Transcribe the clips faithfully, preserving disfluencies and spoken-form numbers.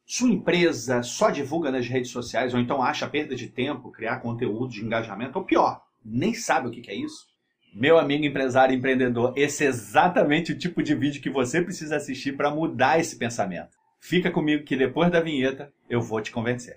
Sua empresa só divulga nas redes sociais ou então acha perda de tempo criar conteúdo de engajamento? Ou pior, nem sabe o que é isso? Meu amigo empresário e empreendedor, esse é exatamente o tipo de vídeo que você precisa assistir para mudar esse pensamento. Fica comigo que depois da vinheta eu vou te convencer.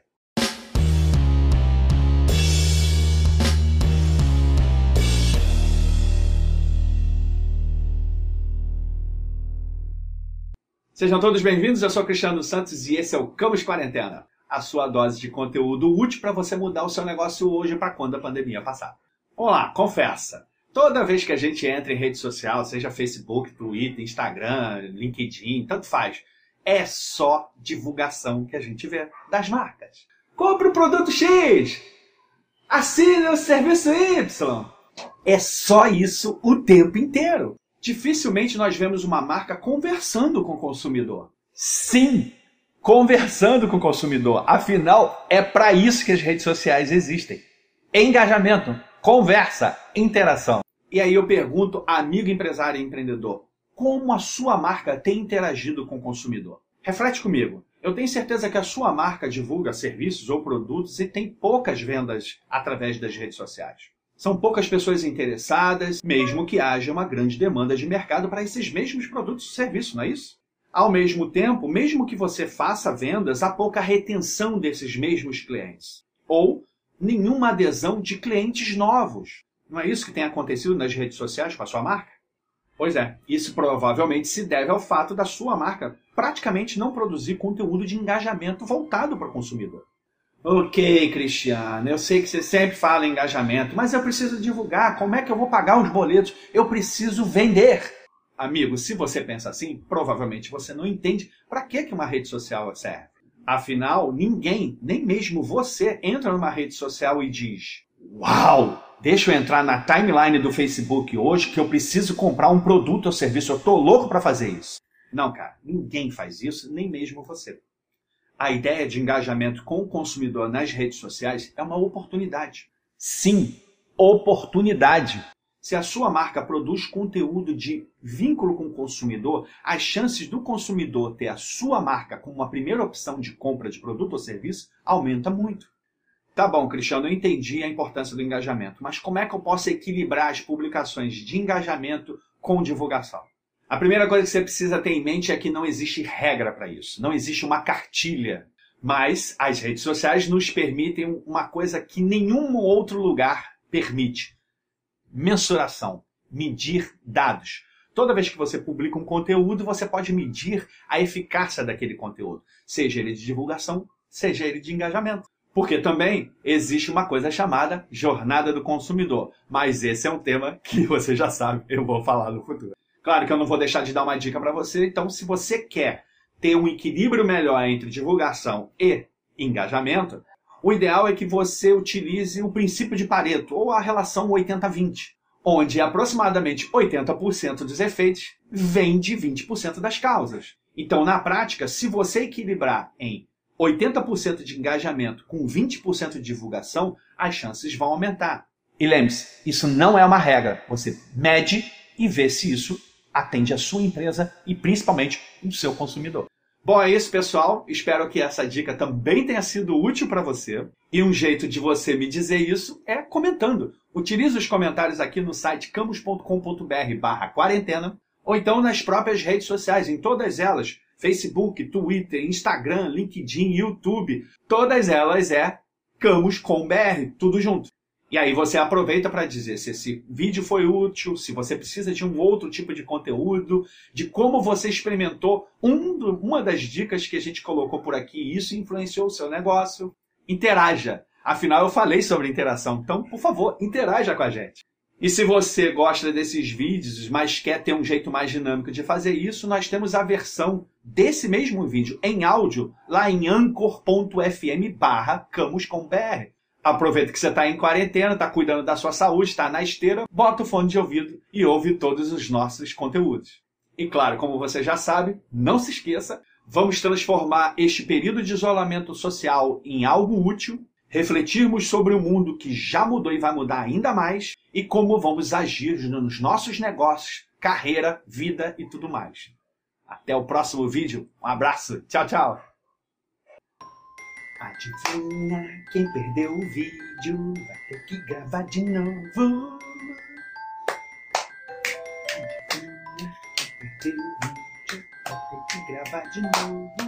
Sejam todos bem-vindos, eu sou Cristiano Santos e esse é o Camus Quarentena, a sua dose de conteúdo útil para você mudar o seu negócio hoje para quando a pandemia passar. Vamos lá, confessa. Toda vez que a gente entra em rede social, seja Facebook, Twitter, Instagram, LinkedIn, tanto faz, é só divulgação que a gente vê das marcas. Compre o produto X! Assine o serviço Y! É só isso o tempo inteiro. Dificilmente nós vemos uma marca conversando com o consumidor. Sim, conversando com o consumidor. Afinal, é para isso que as redes sociais existem. Engajamento, conversa, interação. E aí eu pergunto, amigo empresário e empreendedor, como a sua marca tem interagido com o consumidor? Reflete comigo. Eu tenho certeza que a sua marca divulga serviços ou produtos e tem poucas vendas através das redes sociais. São poucas pessoas interessadas, mesmo que haja uma grande demanda de mercado para esses mesmos produtos e serviços, não é isso? Ao mesmo tempo, mesmo que você faça vendas, há pouca retenção desses mesmos clientes. Ou nenhuma adesão de clientes novos. Não é isso que tem acontecido nas redes sociais com a sua marca? Pois é, isso provavelmente se deve ao fato da sua marca praticamente não produzir conteúdo de engajamento voltado para o consumidor. Ok, Cristiano, eu sei que você sempre fala em engajamento, mas eu preciso divulgar, como é que eu vou pagar os boletos? Eu preciso vender. Amigo, se você pensa assim, provavelmente você não entende para que que uma rede social serve. Afinal, ninguém, nem mesmo você, entra numa rede social e diz: uau, deixa eu entrar na timeline do Facebook hoje que eu preciso comprar um produto ou serviço, eu tô louco para fazer isso. Não, cara, ninguém faz isso, nem mesmo você. A ideia de engajamento com o consumidor nas redes sociais é uma oportunidade. Sim, oportunidade. Se a sua marca produz conteúdo de vínculo com o consumidor, as chances do consumidor ter a sua marca como uma primeira opção de compra de produto ou serviço aumenta muito. Tá bom, Cristiano, eu entendi a importância do engajamento, mas como é que eu posso equilibrar as publicações de engajamento com divulgação? A primeira coisa que você precisa ter em mente é que não existe regra para isso. Não existe uma cartilha. Mas as redes sociais nos permitem uma coisa que nenhum outro lugar permite. Mensuração. Medir dados. Toda vez que você publica um conteúdo, você pode medir a eficácia daquele conteúdo. Seja ele de divulgação, seja ele de engajamento. Porque também existe uma coisa chamada jornada do consumidor. Mas esse é um tema que você já sabe, eu vou falar no futuro. Claro que eu não vou deixar de dar uma dica para você, então se você quer ter um equilíbrio melhor entre divulgação e engajamento, o ideal é que você utilize o princípio de Pareto, ou a relação oitenta vinte, onde aproximadamente oitenta por cento dos efeitos vem de vinte por cento das causas. Então, na prática, se você equilibrar em oitenta por cento de engajamento com vinte por cento de divulgação, as chances vão aumentar. E lembre-se, isso não é uma regra. Você mede e vê se isso atende a sua empresa e principalmente o seu consumidor. Bom, é isso, pessoal. Espero que essa dica também tenha sido útil para você. E um jeito de você me dizer isso é comentando. Utilize os comentários aqui no site camus ponto com ponto br barra quarentena ou então nas próprias redes sociais, em todas elas. Facebook, Twitter, Instagram, LinkedIn, YouTube. Todas elas é Camus com B R, tudo junto. E aí você aproveita para dizer se esse vídeo foi útil, se você precisa de um outro tipo de conteúdo, de como você experimentou um, uma das dicas que a gente colocou por aqui e isso influenciou o seu negócio. Interaja. Afinal, eu falei sobre interação. Então, por favor, interaja com a gente. E se você gosta desses vídeos, mas quer ter um jeito mais dinâmico de fazer isso, nós temos a versão desse mesmo vídeo em áudio lá em anchor ponto f m barra camus com b r. Aproveita que você está em quarentena, está cuidando da sua saúde, está na esteira, bota o fone de ouvido e ouve todos os nossos conteúdos. E claro, como você já sabe, não se esqueça, vamos transformar este período de isolamento social em algo útil, refletirmos sobre o mundo que já mudou e vai mudar ainda mais e como vamos agir nos nossos negócios, carreira, vida e tudo mais. Até o próximo vídeo. Um abraço. Tchau, tchau. Adivinha quem perdeu o vídeo? Vai ter que gravar de novo. Adivinha quem perdeu o vídeo? Vai ter que gravar de novo.